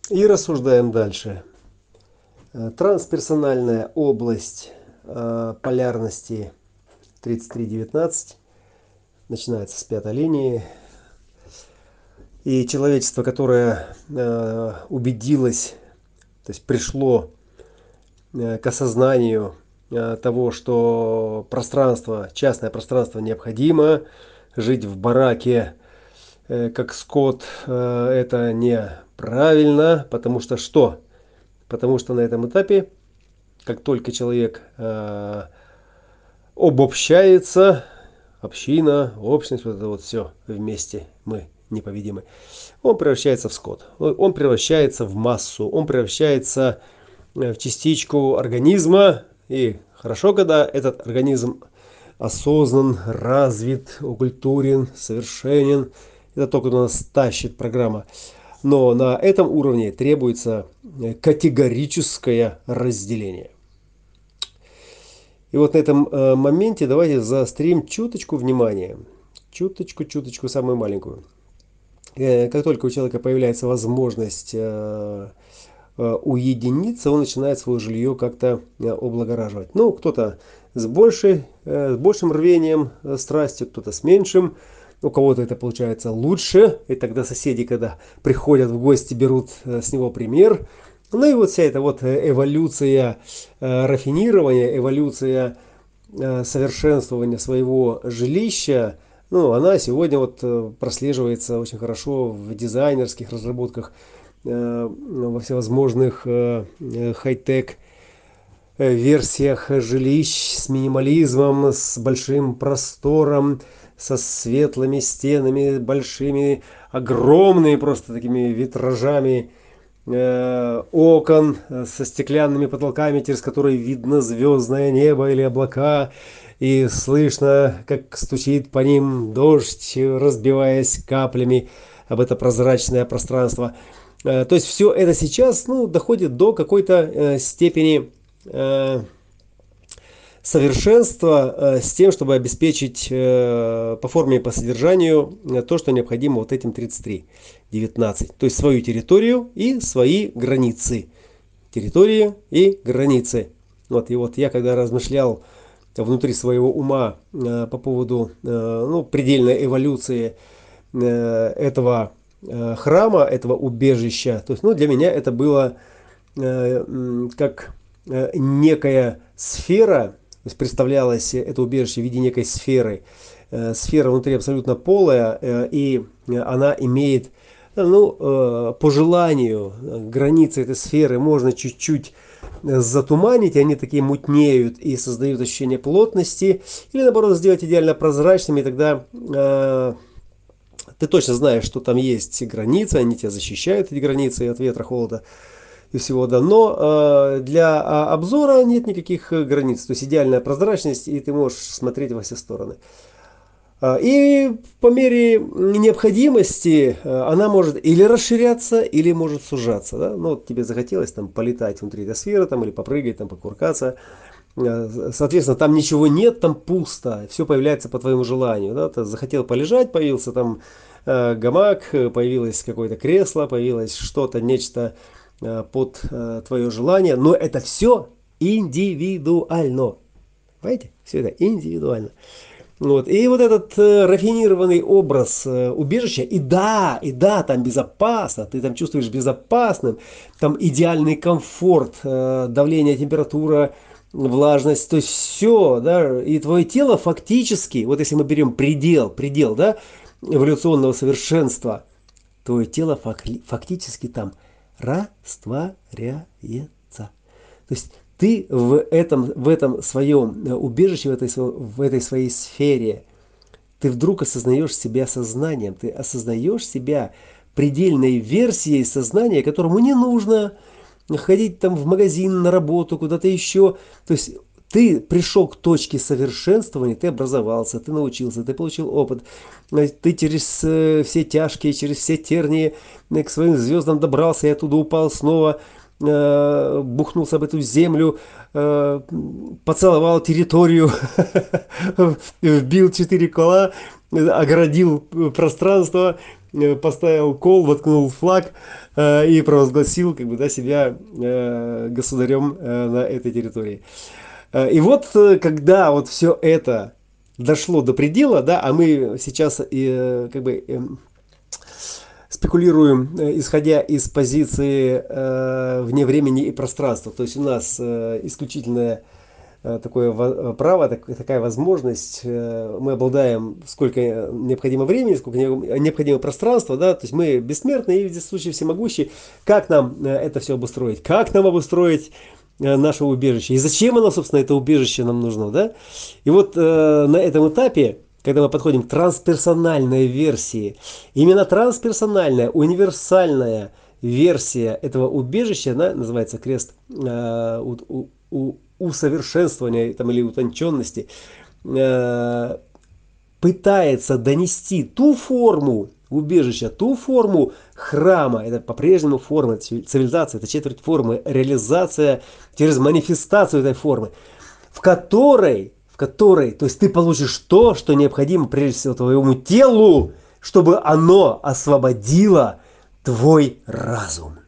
И рассуждаем дальше. Трансперсональная область полярности 3319 начинается с пятой линии. И человечество, которое убедилось, то есть пришло к осознанию того, что пространство, частное пространство необходимо, жить в бараке как скот, это неправильно, потому что что? Потому что на этом этапе, как только человек обобщается, община, общность, вот это вот все вместе, мы непобедимы, он превращается в скот, он превращается в массу, он превращается в частичку организма. И хорошо, когда этот организм осознан, развит, окультурен, совершенен. Это только у нас тащит программа. Но на этом уровне требуется категорическое разделение. И вот на этом моменте давайте заострим чуточку внимания. Чуточку, самую маленькую. Как только у человека появляется возможность уединиться, он начинает свое жилье как-то облагораживать. Ну, кто-то с большим рвением, страстью, кто-то с меньшим. У кого-то это получается лучше, и тогда соседи, когда приходят в гости, берут с него пример. Ну и вот вся эта вот эволюция рафинирования, эволюция совершенствования своего жилища, ну, она сегодня вот прослеживается очень хорошо в дизайнерских разработках, во всевозможных хай-тек версиях жилищ с минимализмом, с большим простором, со светлыми стенами, большими, огромными просто такими витражами окон со стеклянными потолками, через которые видно звездное небо или облака, и слышно, как стучит по ним дождь, разбиваясь каплями об это прозрачное пространство. То есть все это сейчас, ну, доходит до какой-то степени совершенства с тем, чтобы обеспечить по форме и по содержанию то, что необходимо вот этим 33-19. То есть свою территорию и свои границы. Территория и границы. Вот, и вот я когда размышлял внутри своего ума по поводу ну, предельной эволюции этого храма, этого убежища, то есть, ну, для меня это было как некая сфера, то есть представлялось это убежище в виде некой сферы. Сфера внутри абсолютно полая, и она имеет, ну, по желанию, границы этой сферы можно чуть-чуть затуманить, и они такие мутнеют и создают ощущение плотности, или наоборот сделать идеально прозрачными, и тогда ты точно знаешь, что там есть границы, они тебя защищают, эти границы, от ветра, холода и всего, да. Но для обзора нет никаких границ, то есть идеальная прозрачность, и ты можешь смотреть во все стороны. И по мере необходимости она может или расширяться, или может сужаться. Да? Ну, вот тебе захотелось там полетать внутри этой сферы, там, или попрыгать, там, покуркаться. Соответственно, там ничего нет, там пусто, все появляется по твоему желанию. Да? Ты захотел полежать, появился там гамак, появилось какое-то кресло, появилось что-то, нечто под твое желание. Но это все индивидуально. Понимаете? Все это индивидуально. Вот. И вот этот рафинированный образ убежища, и да, там безопасно, ты там чувствуешь безопасным, там идеальный комфорт, давление, температура, влажность, то есть все, да, и твое тело фактически, вот если мы берем предел, да, эволюционного совершенства, твое тело фактически там растворяется. То есть ты в этом своем убежище, в этой своей сфере, ты вдруг осознаешь себя сознанием, ты осознаешь себя предельной версией сознания, которому не нужно ходить там в магазин, на работу, куда-то еще. То есть ты пришел к точке совершенствования, ты образовался, ты научился, ты получил опыт, ты через все тяжкие, через все тернии к своим звездам добрался и оттуда упал снова, бухнулся об эту землю, поцеловал территорию, вбил 4 кола, оградил пространство, поставил кол, воткнул флаг и провозгласил как бы, да, себя государем на этой территории. И вот когда вот все это дошло до предела, да, а мы сейчас как бы спекулируем, исходя из позиции вне времени и пространства. То есть у нас исключительное такое право, такая возможность. Мы обладаем сколько необходимо времени, сколько необходимо пространства, да, то есть мы бессмертны и в случае всемогущие. Как нам это все обустроить? Как нам обустроить наше убежище? И зачем оно, собственно, это убежище нам нужно, да? И вот на этом этапе, когда мы подходим к трансперсональной версии, именно трансперсональная, универсальная версия этого убежища, она называется крест усовершенствования там, или утонченности, пытается донести ту форму убежища, ту форму храма, это по-прежнему форма цивилизации, это четверть формы, реализация через манифестацию этой формы, в которой, то есть ты получишь то, что необходимо прежде всего твоему телу, чтобы оно освободило твой разум.